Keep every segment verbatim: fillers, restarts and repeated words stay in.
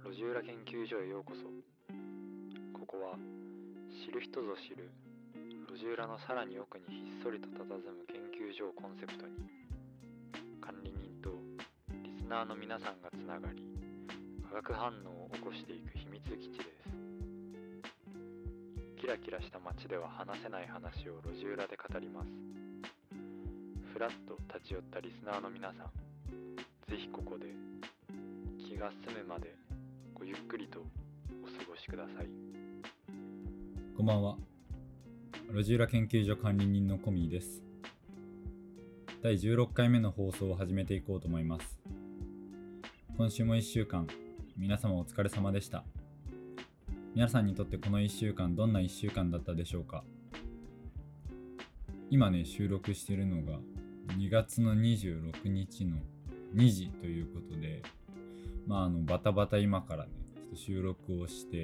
路地裏研究所へようこそ。ここは知る人ぞ知る路地裏のさらに奥にひっそりと佇む研究所をコンセプトに、管理人とリスナーの皆さんがつながり、化学反応を起こしていく秘密基地です。キラキラした街では話せない話を路地裏で語ります。ふらっと立ち寄ったリスナーの皆さん、ぜひここで気が済むまでごゆっくりとお過ごしください。 こんばんは。路地裏研究所管理人のコミーです。だいじゅうろっかいめの放送を始めていこうと思います。今週もいっしゅうかん、皆様お疲れ様でした。皆さんにとってこのいっしゅうかん、どんないっしゅうかんだったでしょうか。今ね、収録しているのがにがつのにじゅうろくにちのにじということで、まああのバタバタ今からね、ちょっと収録をして、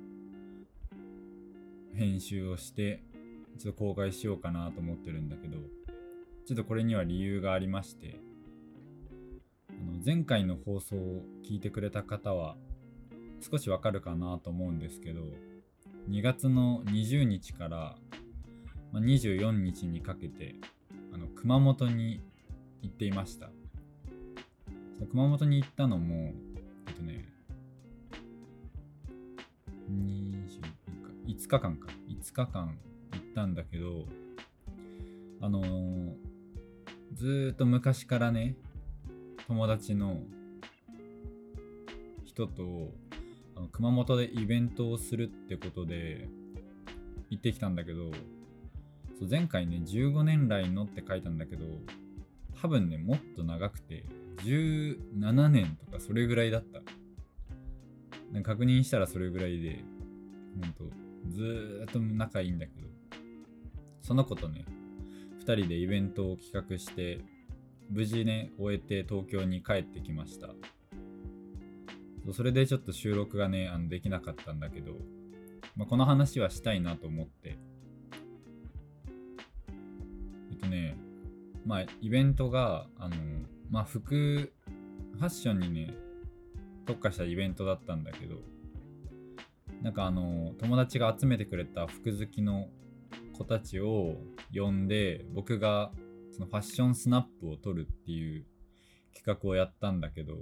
編集をして、ちょっと公開しようかなと思ってるんだけど、ちょっとこれには理由がありまして、あの前回の放送を聞いてくれた方は少しわかるかなと思うんですけど、にがつのにじゅうにちからにじゅうよっかにかけてあの熊本に行っていました。熊本に行ったのもえっとねにじゅういつかかんかいつかかん行ったんだけど、あのー、ずーっと昔からね、友達の人とあの熊本でイベントをするってことで行ってきたんだけど、そう前回ねじゅうごねん来のって書いたんだけど、多分ねもっと長くてじゅうななねんとかそれぐらいだった。確認したらそれぐらいで、ほんとずーっと仲いいんだけど、その子とねふたりでイベントを企画して無事ね終えて東京に帰ってきました。それでちょっと収録がねあのできなかったんだけど、まあ、この話はしたいなと思って、えっとねまあイベントがあのまあ服ファッションにね特化したイベントだったんだけど、なんかあの友達が集めてくれた服好きの子たちを呼んで、僕がそのファッションスナップを撮るっていう企画をやったんだけど、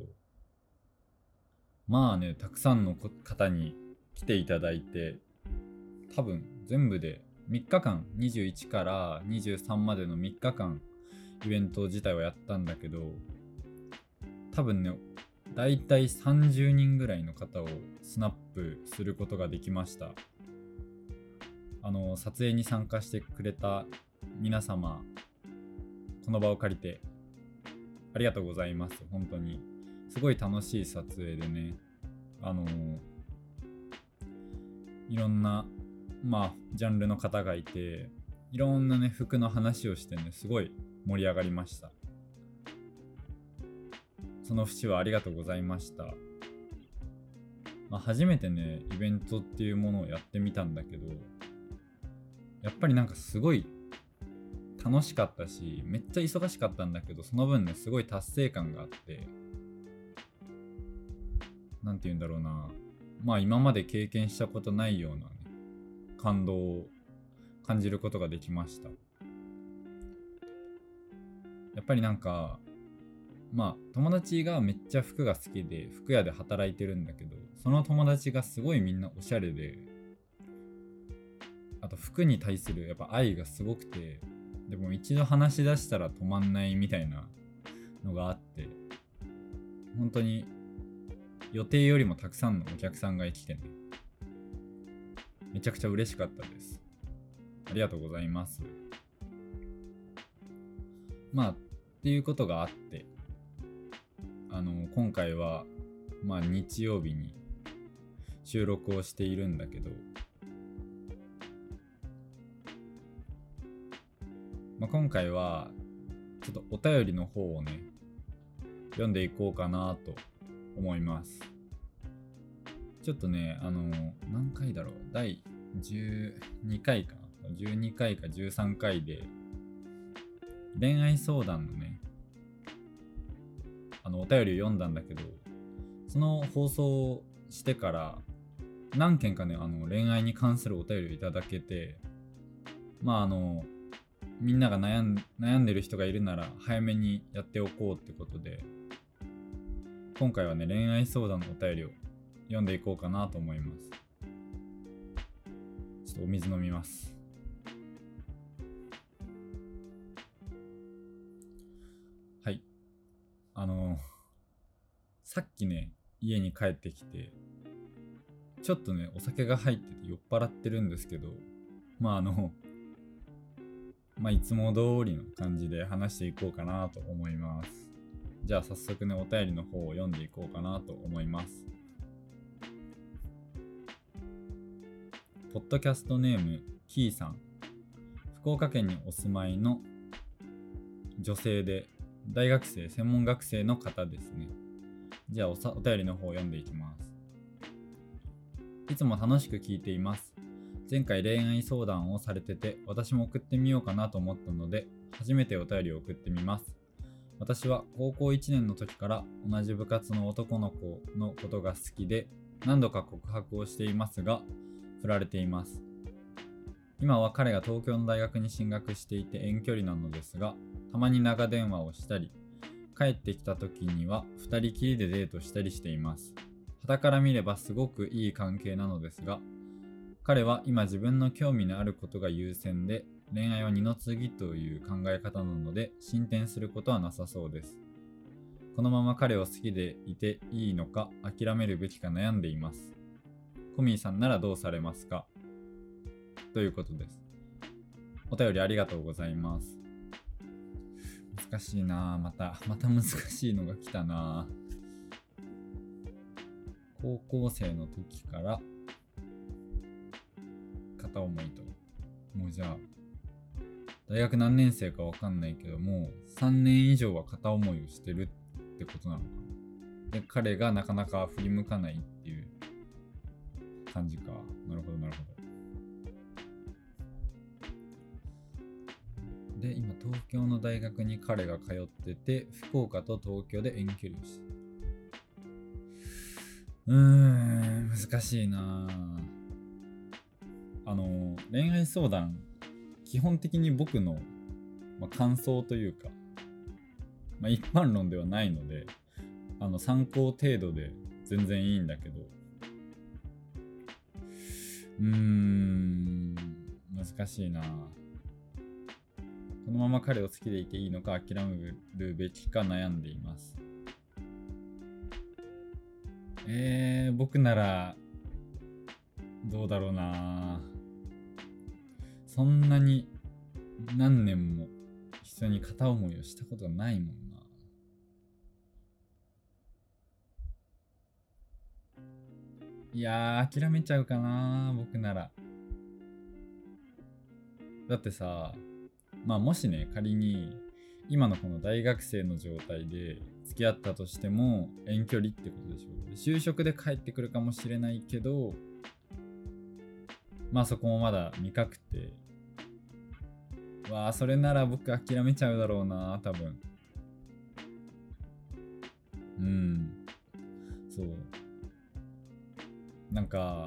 まあねたくさんの方に来ていただいて、多分全部でみっかかん、にじゅういちからにじゅうさんまでのみっかかんイベント自体をやったんだけど、多分ねだいたいさんじゅうにんぐらいの方をスナップすることができました。あの撮影に参加してくれた皆様、この場を借りてありがとうございます。本当にすごい楽しい撮影でね、あのいろんなまあジャンルの方がいて、いろんなね服の話をしてね、すごい盛り上がりました。その節はありがとうございました。まあ、初めてねイベントっていうものをやってみたんだけど、やっぱりなんかすごい楽しかったし、めっちゃ忙しかったんだけど、その分ねすごい達成感があって、なんて言うんだろうな、まあ今まで経験したことないようなね感動を感じることができました。やっぱりなんかまあ友達がめっちゃ服が好きで服屋で働いてるんだけど、その友達がすごいみんなおしゃれで、あと服に対するやっぱ愛がすごくて、でも一度話し出したら止まんないみたいなのがあって、本当に予定よりもたくさんのお客さんが来てね、めちゃくちゃ嬉しかったです。ありがとうございます。まあっていうことがあって、あの今回はまあ日曜日に収録をしているんだけど、まあ、今回はちょっとお便りの方をね読んでいこうかなと思います。ちょっとねあの何回だろう、だいじゅうにかいかな、じゅうにかいかじゅうさんかいで恋愛相談のねあのお便りを読んだんだけど、その放送してから何件かね、あの恋愛に関するお便りをいただけて、まああのみんなが悩ん、悩んでる人がいるなら早めにやっておこうってことで、今回はね、恋愛相談のお便りを読んでいこうかなと思います。ちょっとお水飲みます。はい。あのさっきね、家に帰ってきて、ちょっとね、お酒が入ってて酔っ払ってるんですけど、まああの、まあいつも通りの感じで話していこうかなと思います。じゃあ早速ね、お便りの方を読んでいこうかなと思います。ポッドキャストネーム、キーさん。福岡県にお住まいの女性で、大学生、専門学生の方ですね。じゃあ お, さお便りの方を読んでいきます。いつも楽しく聞いています。前回恋愛相談をされてて、私も送ってみようかなと思ったので、初めてお便りを送ってみます。私は高校いちねんの時から同じ部活の男の子のことが好きで、何度か告白をしていますが、振られています。今は彼が東京の大学に進学していて遠距離なのですが、たまに長電話をしたり、帰ってきた時にはふたりきりでデートしたりしています。傍から見ればすごくいい関係なのですが、彼は今自分の興味のあることが優先で、恋愛は二の次という考え方なので進展することはなさそうです。このまま彼を好きでいていいのか諦めるべきか悩んでいます。コミーさんならどうされますか？ということです。お便りありがとうございます。難しいなぁ、また、また難しいのが来たなぁ。高校生の時から片思いと、もうじゃあ大学何年生かわかんないけどもうさんねん以上は片思いをしてるってことなのかな。で彼がなかなか振り向かないっていう感じか。なるほどなるほど。で今東京の大学に彼が通ってて、福岡と東京で遠距離をして、うーん難しいな。あの恋愛相談基本的に僕の、まあ、感想というか、まあ、一般論ではないので、あの参考程度で全然いいんだけど、うーん難しいな。このまま彼を好きでいていいのか諦めるべきか悩んでいます。えー、僕ならどうだろうな。そんなに何年も一緒に片思いをしたことがないもんな。いやー諦めちゃうかな僕なら。だってさ、まあもしね仮に今のこの大学生の状態で付き合ったとしても遠距離ってことでしょ。で就職で帰ってくるかもしれないけど、まあそこもまだ未確定。わあそれなら僕諦めちゃうだろうな多分。うんそうなんか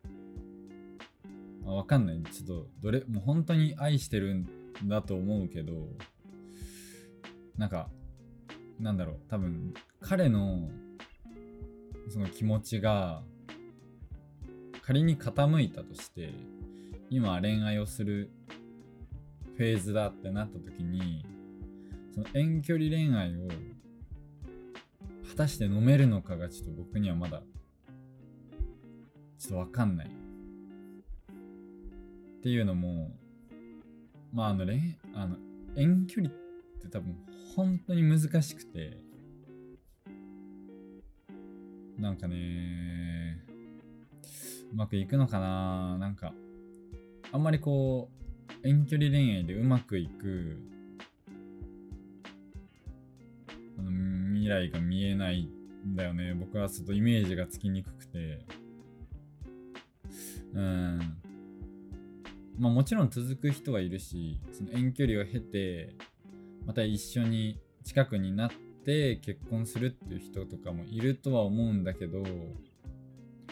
あわかんない。ちょっとどれもう本当に愛してるんだと思うけど、なんかなんだろう、多分彼のその気持ちが仮に傾いたとして、今恋愛をするフェーズだってなった時に、その遠距離恋愛を果たして飲めるのかがちょっと僕にはまだちょっとわかんないっていうのも、まああの恋あの遠距離って多分本当に難しくて、なんかねうまくいくのかな。なんかあんまりこう遠距離恋愛でうまくいくあの未来が見えないんだよね。僕はちょっとイメージがつきにくくて、うんまあもちろん続く人はいるし、その遠距離を経てまた一緒に近くになって結婚するっていう人とかもいるとは思うんだけど、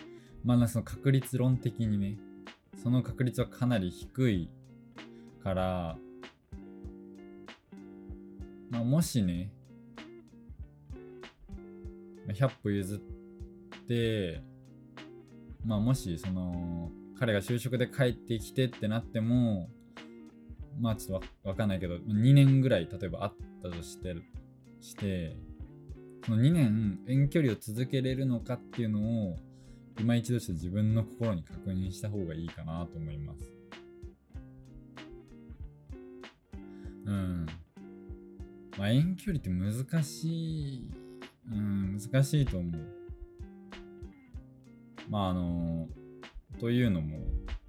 まあその確率論的にね、その確率はかなり低いから、まあ、もしねひゃっぽ譲ってまあもしその彼が就職で帰ってきてってなっても、まあちょっと わ, わかんないけどにねんぐらい例えばあったとしてしてそのにねん遠距離を続けれるのかっていうのを今一度して自分の心に確認した方がいいかなと思います。うんまあ遠距離って難しいうん難しいと思う。まああのというのも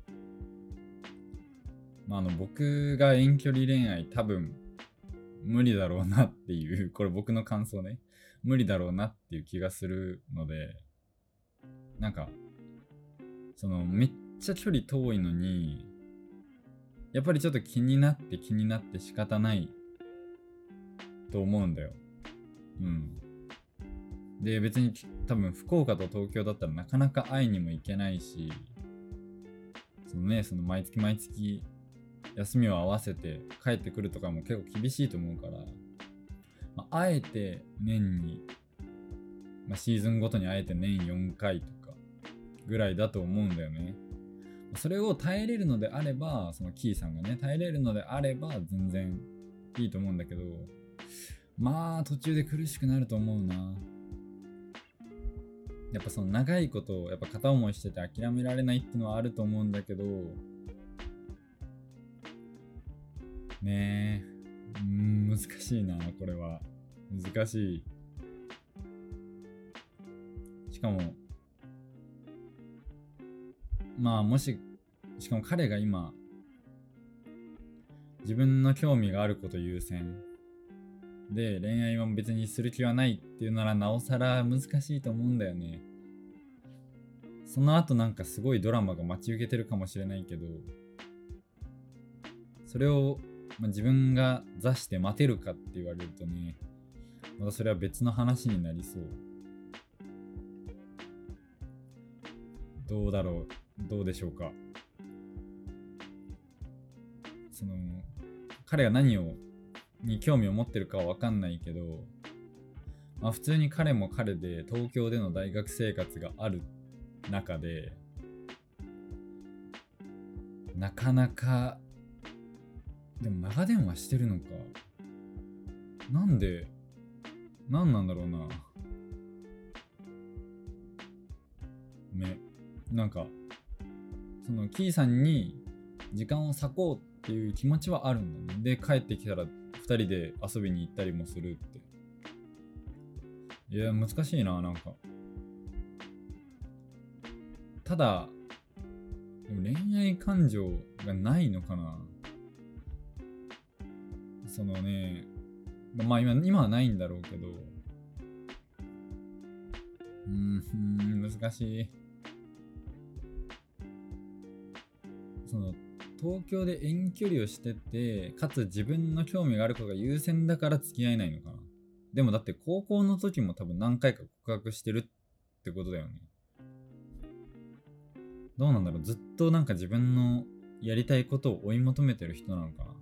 まああの僕が遠距離恋愛多分無理だろうなっていうこれ僕の感想ね、無理だろうなっていう気がするので、なんかそのめっちゃ距離遠いのにやっぱりちょっと気になって気になって仕方ないと思うんだよ。うんで別に多分福岡と東京だったらなかなか会いにも行けないし、そのねその毎月毎月休みを合わせて帰ってくるとかも結構厳しいと思うから、まあ、あえて年に、まあ、シーズンごとにあえて年よんかいとかぐらいだと思うんだよね。それを耐えれるのであれば、そのキーさんがね耐えれるのであれば全然いいと思うんだけど、まあ途中で苦しくなると思うな。やっぱその長いことをやっぱ片思いしてて諦められないっていうのはあると思うんだけどねえ、うーん難しいなこれは難しい。しかもまあもししかも彼が今自分の興味があること優先で恋愛は別にする気はないっていうならなおさら難しいと思うんだよね。その後なんかすごいドラマが待ち受けてるかもしれないけど、それを、まあ、自分が座して待てるかって言われるとね、またそれは別の話になりそう。どうだろうどうでしょうか。その彼が何をに興味を持ってるかは分かんないけど、まあ、普通に彼も彼で東京での大学生活がある中でなかなかでも長電話してるのかなんでなんなんだろうなね。なんかそのキーさんに時間を割こうっていう気持ちはあるんだね。で帰ってきたらふたりで遊びに行ったりもするって。いや難しいな。なんかただでも恋愛感情がないのかな。そのねまあ今今はないんだろうけど、うーん難しい。その東京で遠距離をしててかつ自分の興味があることが優先だから付き合えないのかな。でもだって高校の時も多分何回か告白してるってことだよね。どうなんだろう、ずっとなんか自分のやりたいことを追い求めてる人なのかな。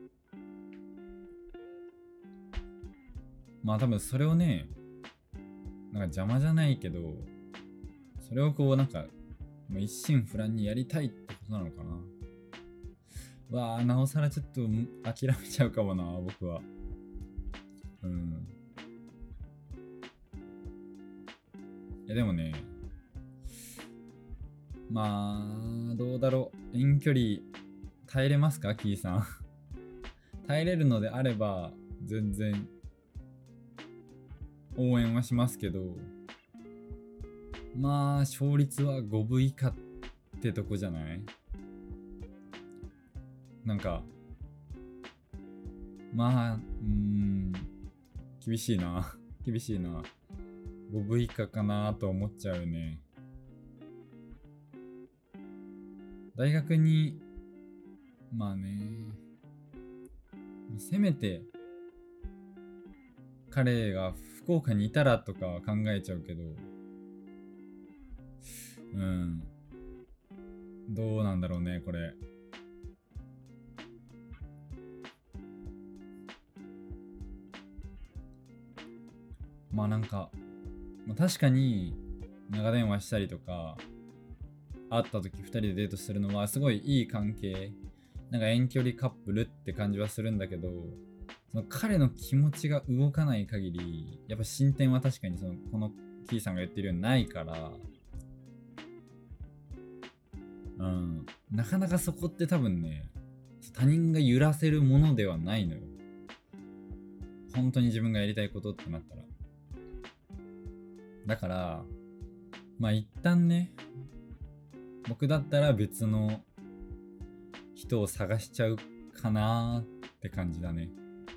まあ多分それをねなんか邪魔じゃないけどそれをこうなんかもう一心不乱にやりたいってことなのかな。わあなおさらちょっと諦めちゃうかもな僕は。うんいやでもねまあどうだろう、遠距離耐えれますかキーさん耐えれるのであれば全然応援はしますけど、まあ勝率はごぶ以下ってとこじゃない。なんかまあうーん厳しいな厳しいな。ごぶ以下かなと思っちゃうね。大学にまあねせめて彼が福岡にいたらとか考えちゃうけど、 うんどうなんだろうねこれ。まあなんか、まあ、確かに長電話したりとか会った時ふたりでデートするのはすごいいい関係、なんか遠距離カップルって感じはするんだけど、その彼の気持ちが動かない限りやっぱ進展は確かにそのこのキーさんが言ってるようにないから、うん、なかなかそこって多分ね他人が揺らせるものではないのよ、本当に自分がやりたいことってなったら。だからまあ一旦ね、僕だったら別の人を探しちゃうかなって感じだね。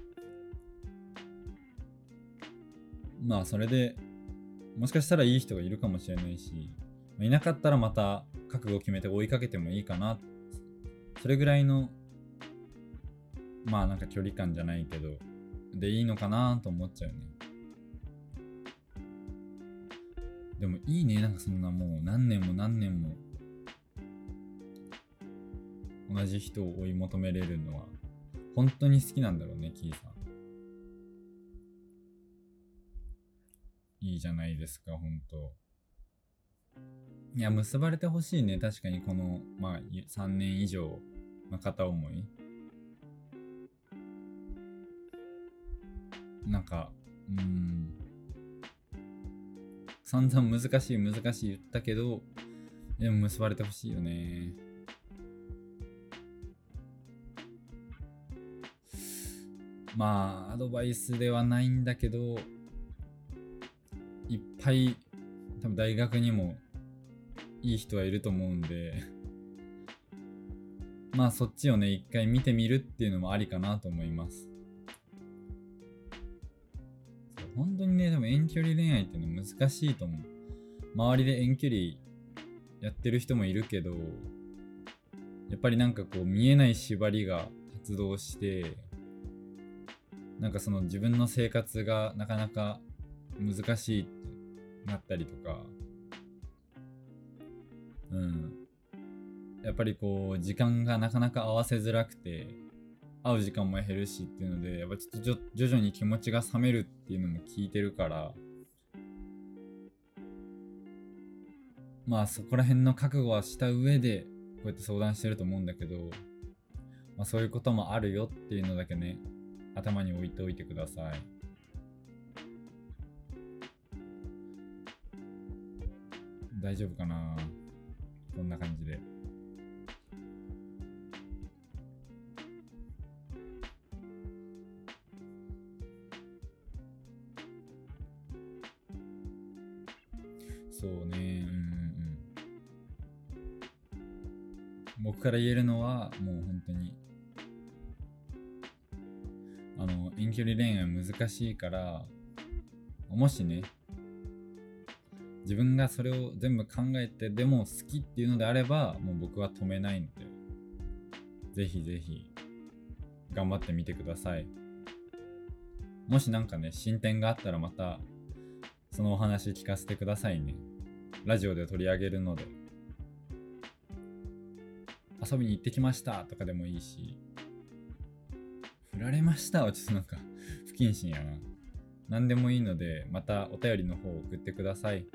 まあそれでもしかしたらいい人がいるかもしれないし、いなかったらまた覚悟を決めて追いかけてもいいかな、それぐらいのまあなんか距離感じゃないけどでいいのかなと思っちゃうね。でもいいね、なんかそんなもう何年も何年も同じ人を追い求めれるのは本当に好きなんだろうね、キーさん。いいじゃないですか、本当。いや、結ばれてほしいね、確かにこの、まあ、さんねん以上の片思い。なんか、うーん。散々難しい難しい言ったけど、でも結ばれてほしいよね。まあ、アドバイスではないんだけど、いっぱい多分大学にもいい人はいると思うんでまあそっちをね一回見てみるっていうのもありかなと思います。本当にね、でも遠距離恋愛っていうのは難しいと思う。周りで遠距離やってる人もいるけど、やっぱりなんかこう見えない縛りが発動して、なんかその自分の生活がなかなか難しいってなったりとか、うん、やっぱりこう時間がなかなか合わせづらくて会う時間も減るしっていうので、やっぱちょっと徐々に気持ちが冷めるっていうのも聞いてるから、まあそこら辺の覚悟はした上でこうやって相談してると思うんだけど、まあ、そういうこともあるよっていうのだけね頭に置いておいてください。大丈夫かな、こんな感じで。そうね、うんうんうん。僕から言えるのはもう本当にあの遠距離恋愛難しいから、もしね自分がそれを全部考えてでも好きっていうのであれば、もう僕は止めないので、ぜひぜひ頑張ってみてください。もしなんかね進展があったらまたそのお話聞かせてくださいね。ラジオで取り上げるので。遊びに行ってきましたとかでもいいし、振られましたはちょっとなんか不謹慎やな。何でもいいのでまたお便りの方を送ってください。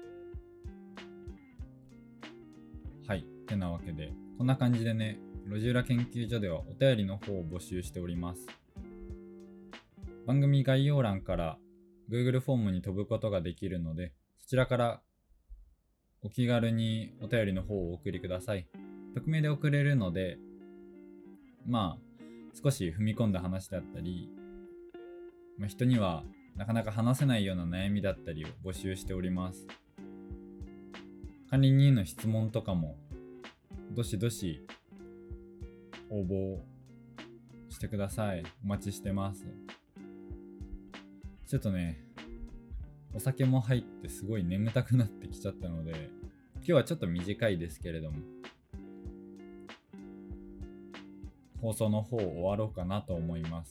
はい、てなわけでこんな感じでね、路地裏研究所ではお便りの方を募集しております。番組概要欄から Google フォームに飛ぶことができるので、そちらからお気軽にお便りの方をお送りください。匿名で送れるので、まあ少し踏み込んだ話だったり、まあ、人にはなかなか話せないような悩みだったりを募集しております。管理人への質問とかもどしどし応募してください。お待ちしてます。ちょっとねお酒も入ってすごい眠たくなってきちゃったので、今日はちょっと短いですけれども放送の方終わろうかなと思います。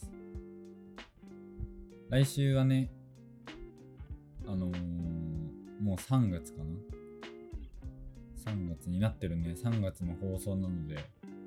来週はねあのー、もうさんがつかなさんがつになってるね。さんがつの放送なので、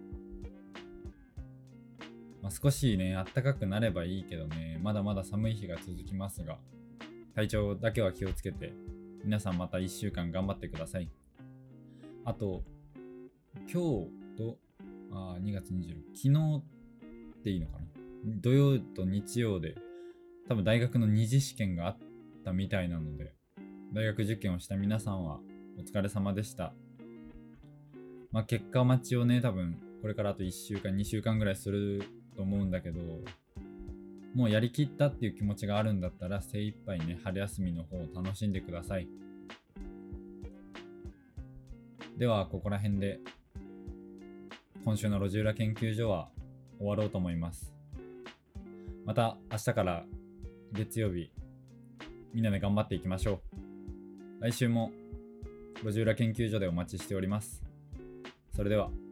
まあ、少しね、暖かくなればいいけどね、まだまだ寒い日が続きますが、体調だけは気をつけて、皆さんまたいっしゅうかん頑張ってください。あと、今日と、あにがつにじゅうろく、昨日っていいのかな、土曜と日曜で、多分大学の二次試験があったみたいなので、大学受験をした皆さんはお疲れ様でした。まあ結果待ちをね、多分これからあといっしゅうかん、にしゅうかんぐらいすると思うんだけど、もうやりきったっていう気持ちがあるんだったら精一杯ね、春休みの方を楽しんでください。ではここら辺で今週の路地裏研究所は終わろうと思います。また明日から月曜日、みんなで頑張っていきましょう。来週も路地裏研究所でお待ちしております。それでは。